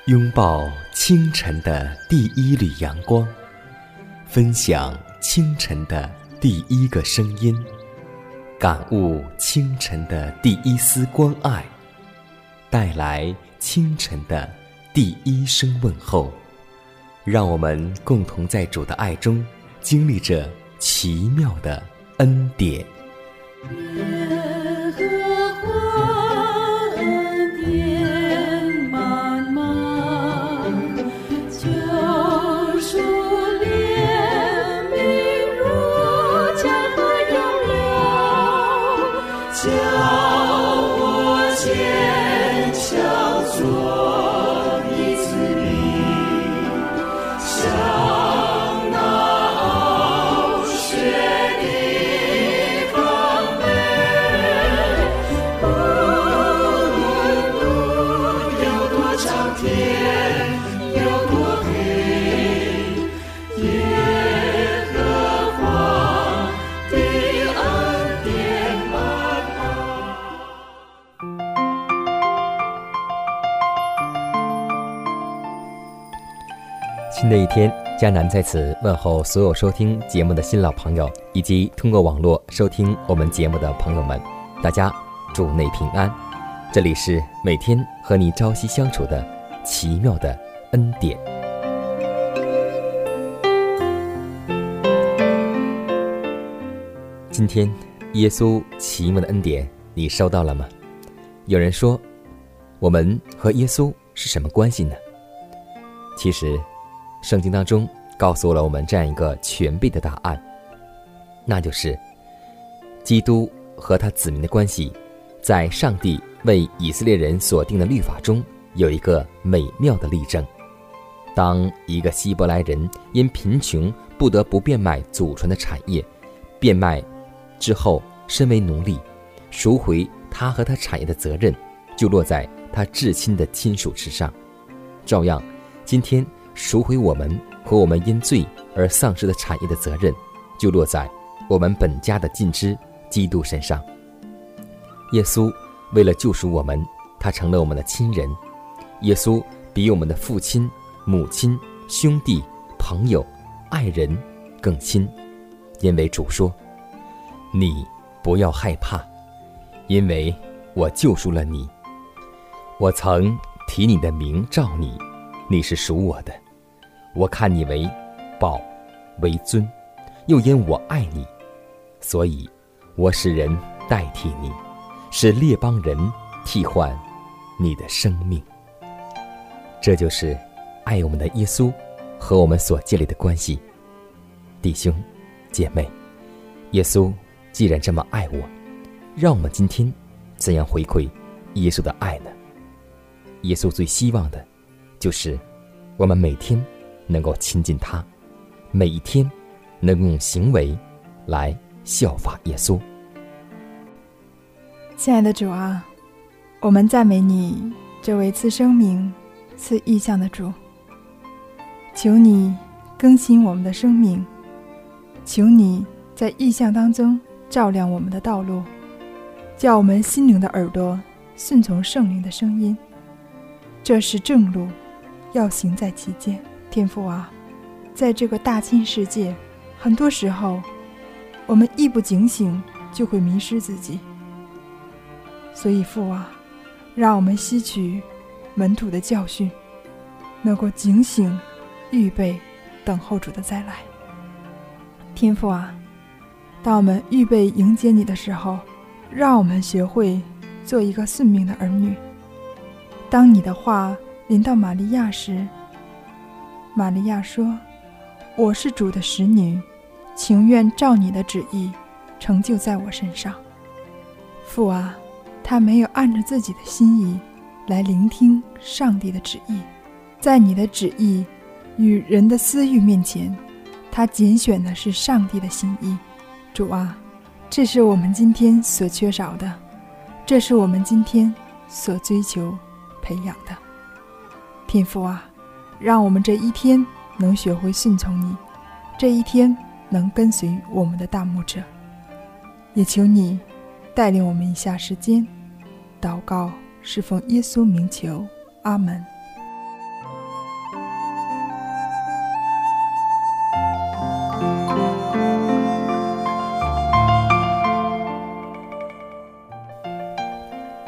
拥抱清晨的第一缕阳光，分享清晨的第一个声音，感悟清晨的第一丝关爱，带来清晨的第一声问候。让我们共同在主的爱中经历着奇妙的恩典。新的一天，迦南在此问候所有收听节目的新老朋友，以及通过网络收听我们节目的朋友们，大家主内平安。这里是每天和你朝夕相处的奇妙的恩典。今天耶稣奇妙的恩典你收到了吗？有人说，我们和耶稣是什么关系呢？其实圣经当中告诉了我们这样一个全备的答案，那就是基督和他子民的关系在上帝为以色列人所定的律法中有一个美妙的例证。当一个希伯来人因贫穷不得不变卖祖传的产业，变卖之后身为奴隶，赎回他和他产业的责任就落在他至亲的亲属之上。照样今天赎回我们和我们因罪而丧失的产业的责任就落在我们本家的近支基督身上。耶稣为了救赎我们，他成了我们的亲人。耶稣比我们的父亲、母亲、兄弟、朋友、爱人更亲，因为主说，你不要害怕，因为我救赎了你，我曾提你的名召你，你是属我的，我看你为宝为尊，又因我爱你，所以我使人代替你，使列邦人替换你的生命。这就是爱我们的耶稣和我们所建立的关系。弟兄姐妹，耶稣既然这么爱我，让我们今天怎样回馈耶稣的爱呢？耶稣最希望的就是我们每天能够亲近他，每一天能用行为来效法耶稣。 亲爱的主啊，我们赞美你，这位赐生命赐异象的主。求你更新我们的生命，求你在异象当中照亮我们的道路，叫我们心灵的耳朵顺从圣灵的声音，这是正路，要行在其间。天父啊，在这个大千世界，很多时候我们一不警醒就会迷失自己，所以父啊，让我们吸取门徒的教训，能够警醒预备等候主的再来。天父啊，当我们预备迎接你的时候，让我们学会做一个顺命的儿女。当你的话临到玛利亚时，玛利亚说，我是主的使女，情愿照你的旨意成就在我身上。父啊，他没有按着自己的心意来聆听上帝的旨意，在你的旨意与人的私欲面前，他拣选的是上帝的心意。主啊，这是我们今天所缺少的，这是我们今天所追求培养的。天父啊，让我们这一天能学会顺从你，这一天能跟随我们的大牧者。也求你带领我们以下时间祷告，是奉耶稣名求，阿门。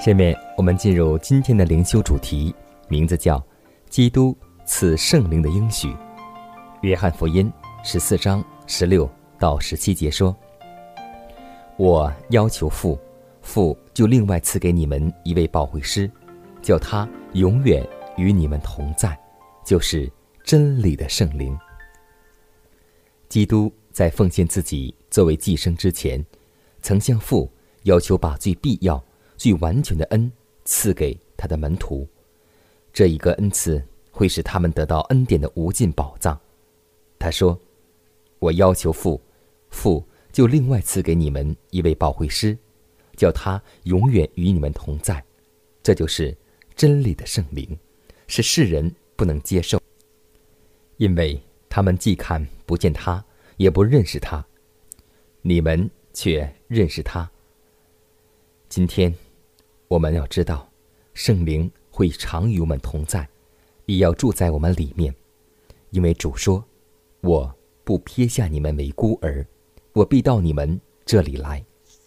下面我们进入今天的灵修主题，名字叫基督赐圣灵的应许。约翰福音14章16到17节说，我要求父，父就另外赐给你们一位保惠师，叫他永远与你们同在，就是真理的圣灵。基督在奉献自己作为祭牲之前，曾向父要求把最必要、最完全的恩赐给他的门徒。这一个恩赐会使他们得到恩典的无尽宝藏。他说，我要求父，父就另外赐给你们一位保惠师，叫他永远与你们同在，这就是真理的圣灵，是世人不能接受，因为他们既看不见他，也不认识他，你们却认识他。今天我们要知道，圣灵会常与我们同在，也要住在我们里面，因为主说，我不撇下你们为孤儿，我必到你们这里来。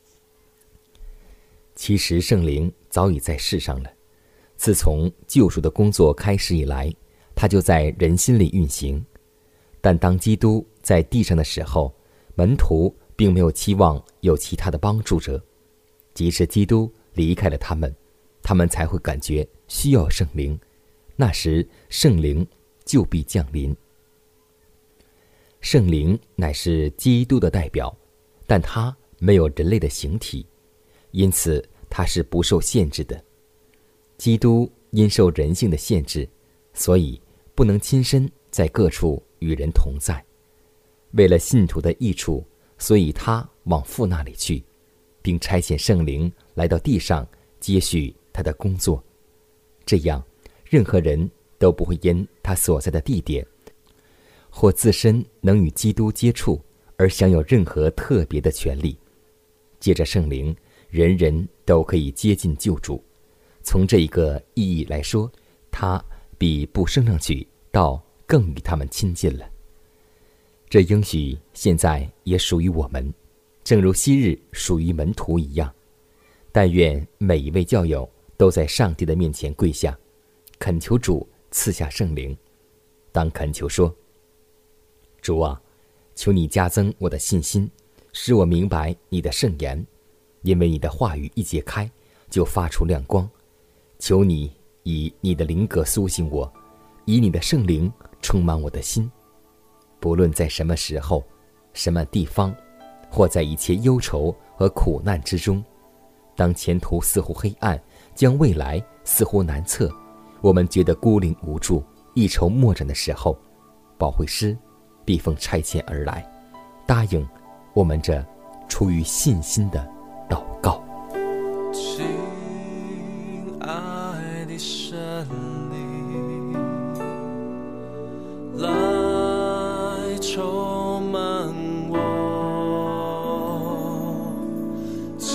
其实圣灵早已在世上了，自从救赎的工作开始以来，他就在人心里运行。但当基督在地上的时候，门徒并没有期望有其他的帮助者，即使基督离开了他们，他们才会感觉需要圣灵，那时圣灵就必降临。圣灵乃是基督的代表，但他没有人类的形体，因此他是不受限制的。基督因受人性的限制，所以不能亲身在各处与人同在。为了信徒的益处，所以他往父那里去，并差遣圣灵来到地上接续他的工作。这样，任何人都不会因他所在的地点或自身能与基督接触而享有任何特别的权利。借着圣灵，人人都可以接近救主。从这一个意义来说，他比不升上去倒更与他们亲近了。这应许现在也属于我们，正如昔日属于门徒一样。但愿每一位教友都在上帝的面前跪下，恳求主赐下圣灵。当恳求说，主啊，求你加增我的信心，使我明白你的圣言，因为你的话语一解开，就发出亮光。求你以你的灵格苏醒我，以你的圣灵充满我的心。不论在什么时候、什么地方，或在一切忧愁和苦难之中，当前途似乎黑暗，将未来似乎难测，我们觉得孤零无助、一筹莫展的时候，保惠师必奉差遣而来，答应我们这出于信心的祷告。 亲爱的神灵，来充满我，亲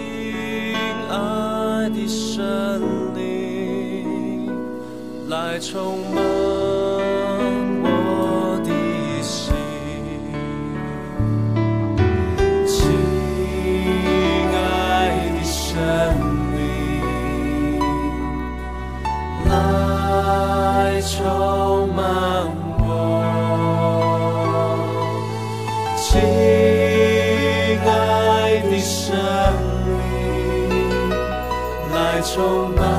爱的神灵，来充满我的心。亲爱的神灵，来充满我，亲爱的神灵，来充满，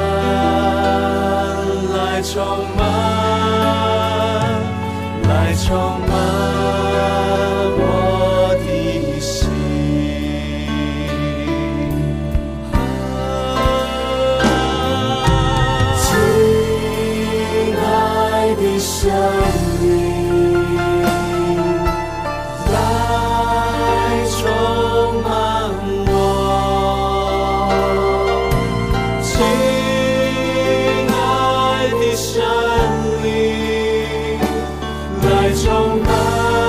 来充满，来充满我的心。亲爱的神灵，来充满我，亲爱的神灵，来充满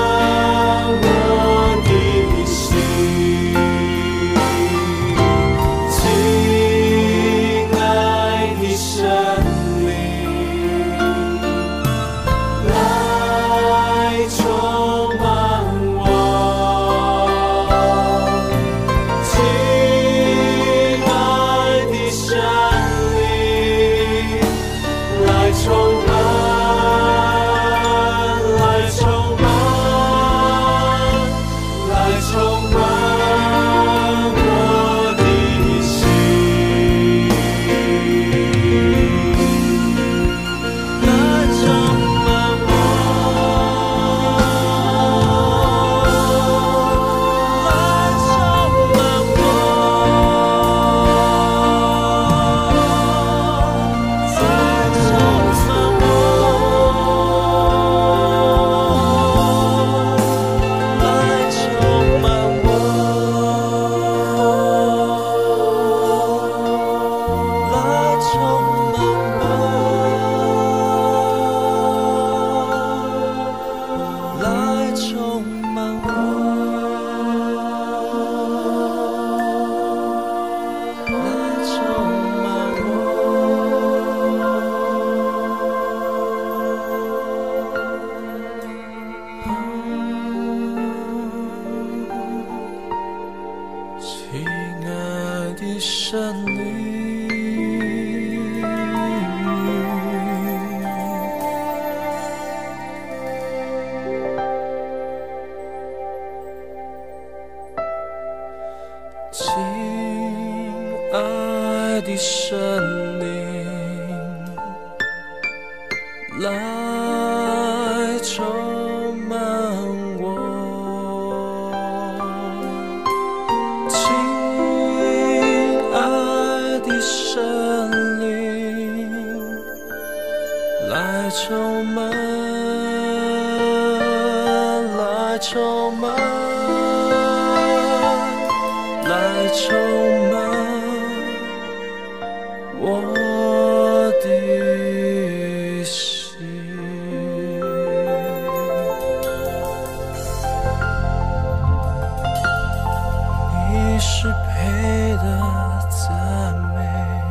我的心。亲爱的神灵，来充满我，亲爱的生命来充满我，亲爱的圣灵来充满，来充满，来充满我的心。你是配的赞美。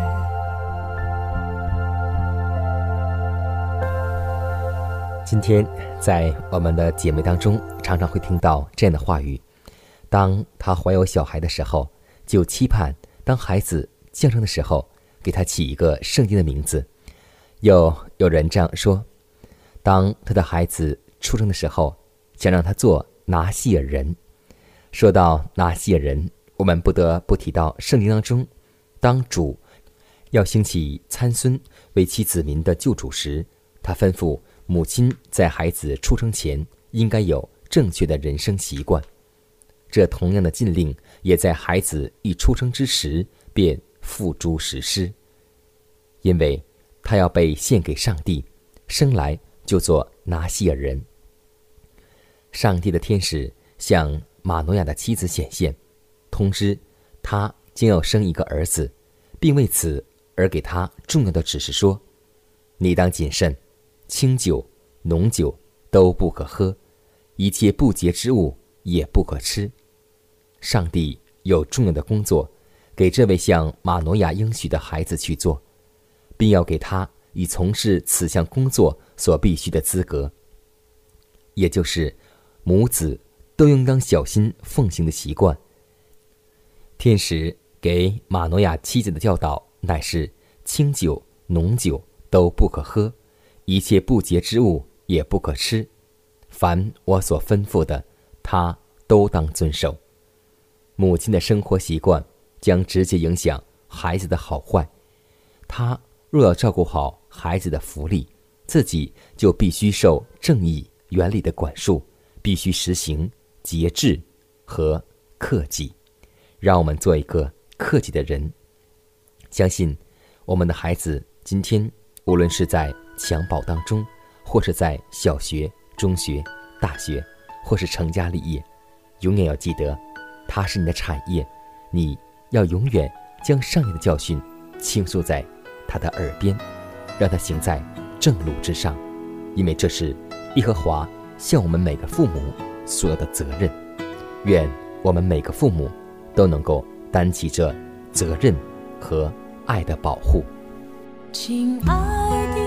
今天在我们的姐妹当中，常常会听到这样的话语：当她怀有小孩的时候，就期盼当孩子降生的时候，给他起一个圣经的名字。有人这样说：当他的孩子出生的时候，想让他做拿细尔人。说到拿细尔人，我们不得不提到圣经当中，当主要兴起参孙为其子民的救主时，他吩咐母亲在孩子出生前应该有正确的人生习惯。这同样的禁令也在孩子一出生之时便付诸实施，因为他要被献给上帝，生来就做拿细尔人。上帝的天使向马诺亚的妻子显现，通知他将要生一个儿子，并为此而给他重要的指示说：你当谨慎，清酒、浓酒都不可喝，一切不洁之物也不可吃。上帝有重要的工作给这位向马诺亚应许的孩子去做，并要给他以从事此项工作所必须的资格，也就是母子都应当小心奉行的习惯。天使给马诺亚妻子的教导乃是：清酒、浓酒都不可喝，一切不洁之物也不可吃，凡我所吩咐的，他都当遵守。母亲的生活习惯将直接影响孩子的好坏，她若要照顾好孩子的福利，自己就必须受正义原理的管束，必须实行节制和克己。让我们做一个克己的人。相信我们的孩子今天无论是在襁褓当中，或是在小学、中学、大学，或是成家立业，永远要记得他是你的产业，你要永远将上帝的教训倾诉在他的耳边，让他行在正路之上，因为这是耶和华向我们每个父母所有的责任。愿我们每个父母都能够担起这责任和爱的保护。 亲爱的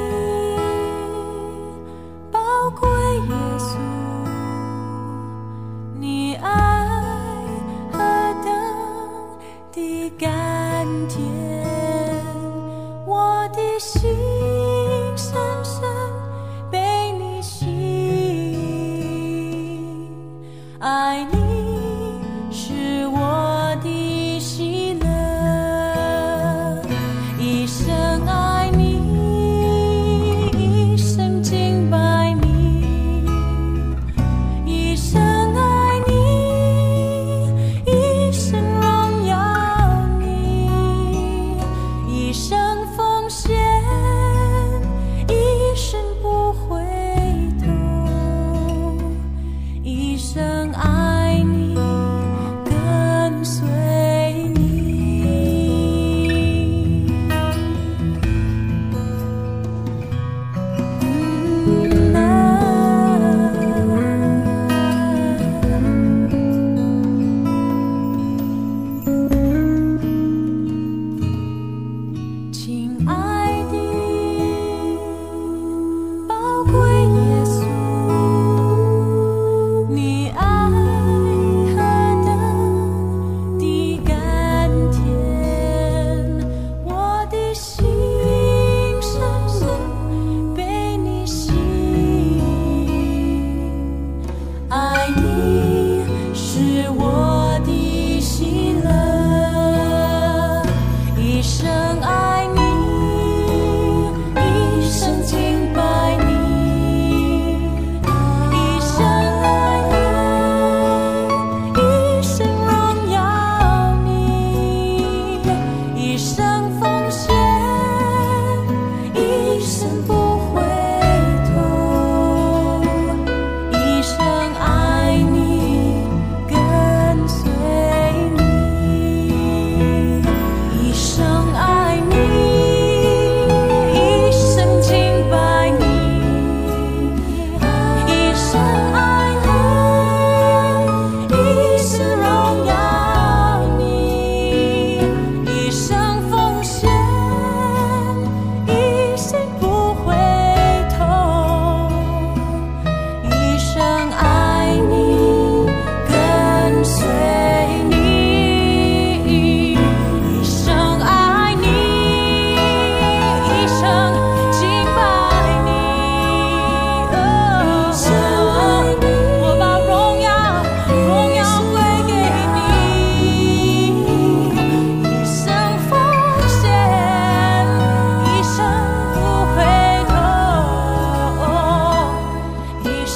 宝贵耶稣，你爱何等的甘甜，我的心深深被你吸引，爱你是我的喜乐，一生爱你，一生敬拜你，一生爱你，一生荣耀你，一生奉献，一生不回头，一生爱你。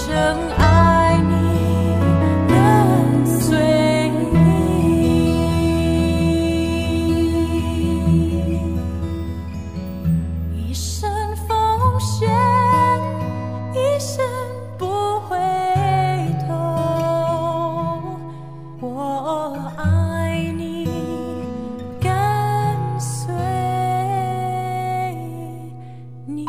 生爱你，跟随你，一生奉献，一生不回头。我爱你，跟随你。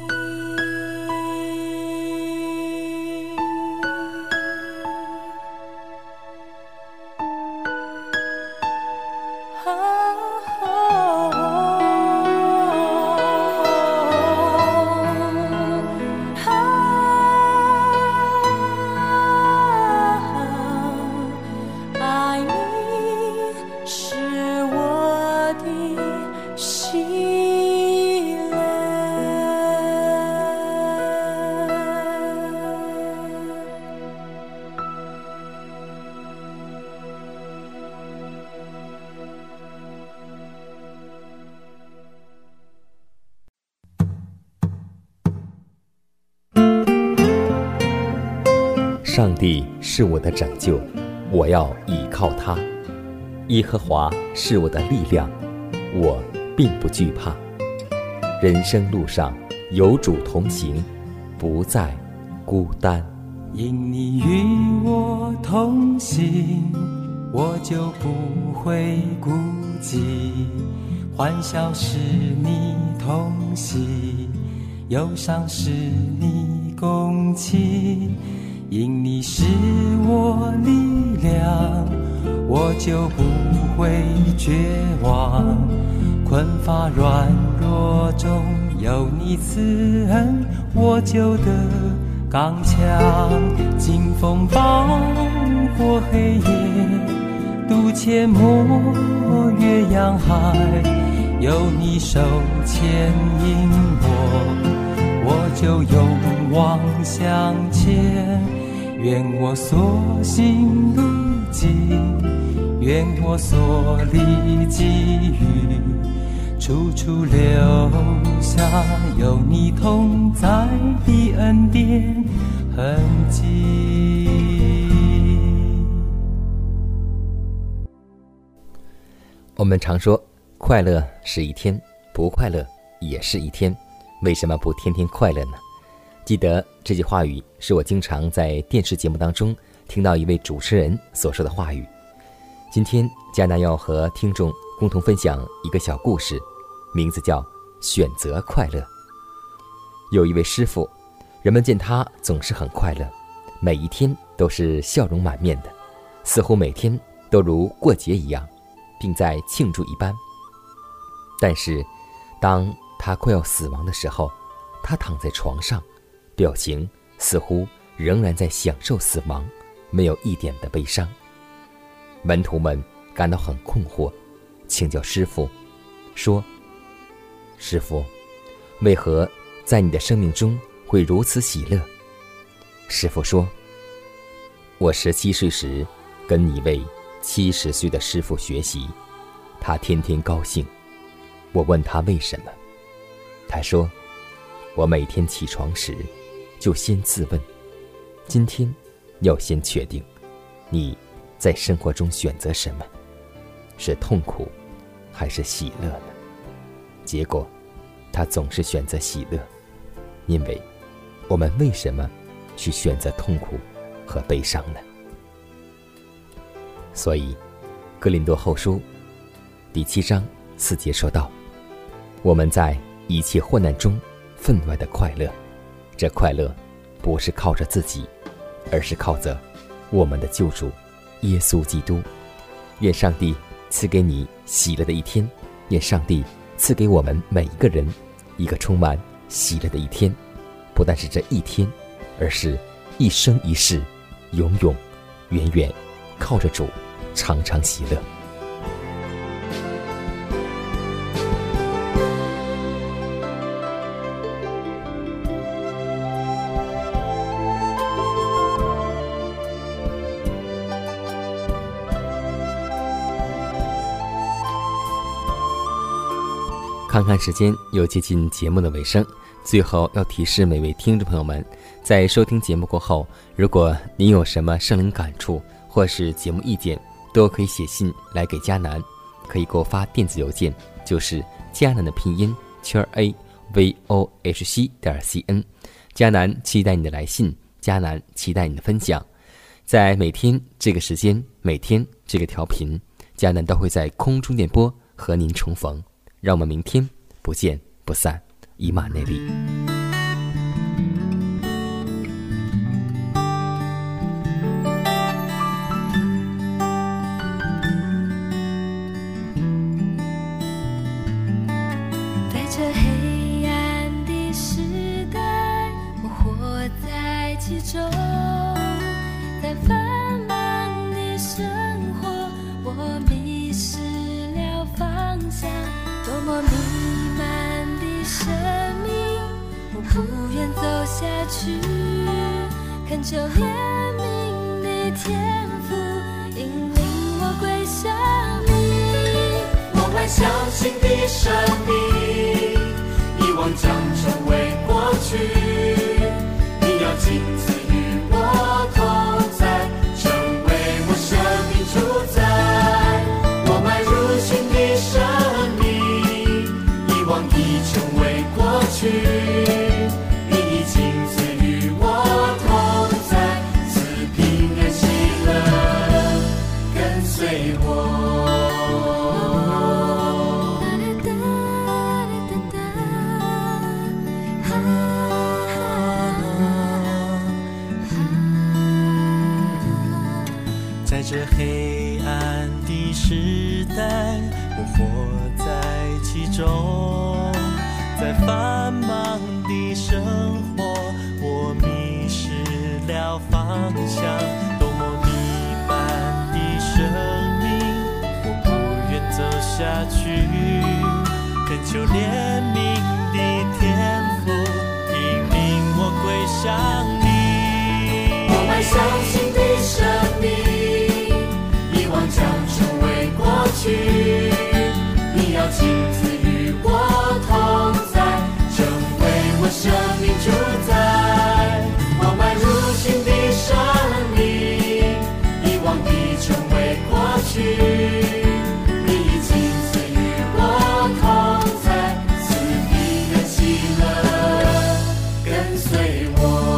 爱你是我的喜乐。 上帝是我的拯救，我要倚靠他。耶和华是我的力量，我并不惧怕。人生路上有主同行，不再孤单。 因你与我同行，我就不会孤寂。欢笑是你同喜，忧伤是你共泣。因你是我力量，我就不会绝望。困乏软弱中有你慈恩，我就得刚强。经风暴过黑夜，渡阡陌越洋海，有你手牵引我就勇往向前。愿我所行路径，愿我所历际遇，处处留下有你同在的恩典痕迹。 我们常说快乐是一天，不快乐也是一天，为什么不天天快乐呢？记得这句话语是我经常在电视节目当中听到一位主持人所说的话语。今天迦南要和听众共同分享一个小故事，名字叫选择快乐。有一位师傅，人们见他总是很快乐，每一天都是笑容满面的，似乎每天都如过节一样，并在庆祝一般。但是当他快要死亡的时候，他躺在床上，表情似乎仍然在享受死亡，没有一点的悲伤。门徒们感到很困惑，请教师父说：师父，为何在你的生命中会如此喜乐？师父说：我17岁时跟一位70岁的师父学习，他天天高兴。我问他为什么，他说：我每天起床时就先自问，今天要先确定你在生活中选择什么，是痛苦还是喜乐呢？结果他总是选择喜乐。因为我们为什么去选择痛苦和悲伤呢？所以哥林多后书第7章4节说道：我们在一切患难中分外的快乐，这快乐不是靠着自己，而是靠着我们的救主耶稣基督。愿上帝赐给你喜乐的一天，愿上帝赐给我们每一个人一个充满喜乐的一天，不但是这一天，而是一生一世，永永远远靠着主，常常喜乐。看看时间，又接近节目的尾声。 最后要提示每位听众朋友们，在收听节目过后，如果您有什么圣灵感触或是节目意见，都可以写信来给迦南，可以给我发电子邮件，就是迦南的拼音@avohc.cn。迦南期待你的来信，迦南期待你的分享。在每天这个时间，每天这个调频，迦南都会在空中电波和您重逢。让我们明天不见不散，以马内利。 在这黑暗的时代，我活在其中，在繁忙的生活，我迷失了方向，多么迷漫的生命，我不愿走下去，恳求怜悯的天父引领我归向你。 我们相信的生命，遗忘将成为过去，你要亲自与我同在，成为我生命主宰。我迈入新的生命，遗忘已成为过去，你已亲自与我同在，赐平安喜乐跟随我。在这黑暗的时代，我活在其中，在繁忙的生活，我迷失了方向，多么弥漫的生命，我不愿走下去，恳求怜悯的天父引领我归向你。我们相信的生命，将成为过去，你要亲自与我同在，成为我生命主宰。我迈入新的生命，遗忘已成为过去，你已亲自与我同在，赐平安喜乐跟随我。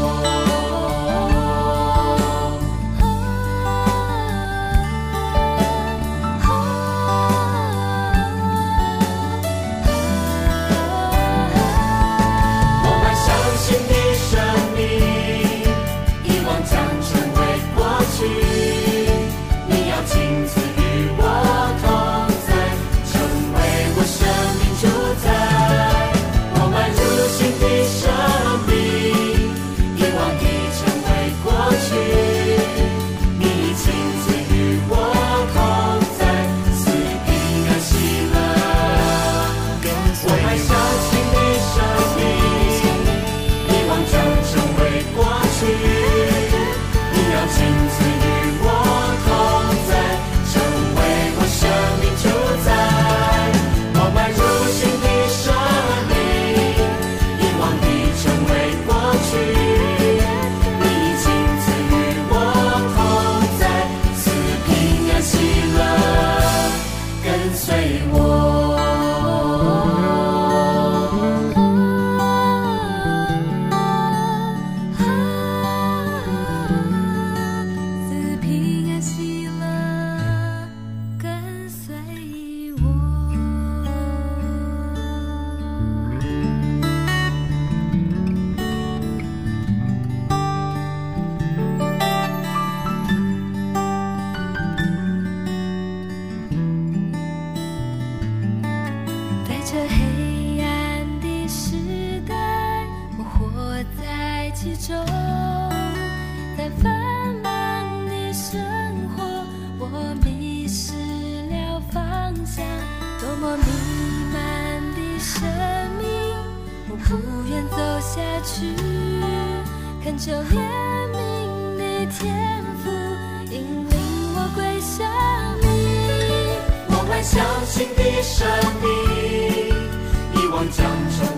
恳求怜悯的天父引领我归向你。我们相信的生命，遗忘将成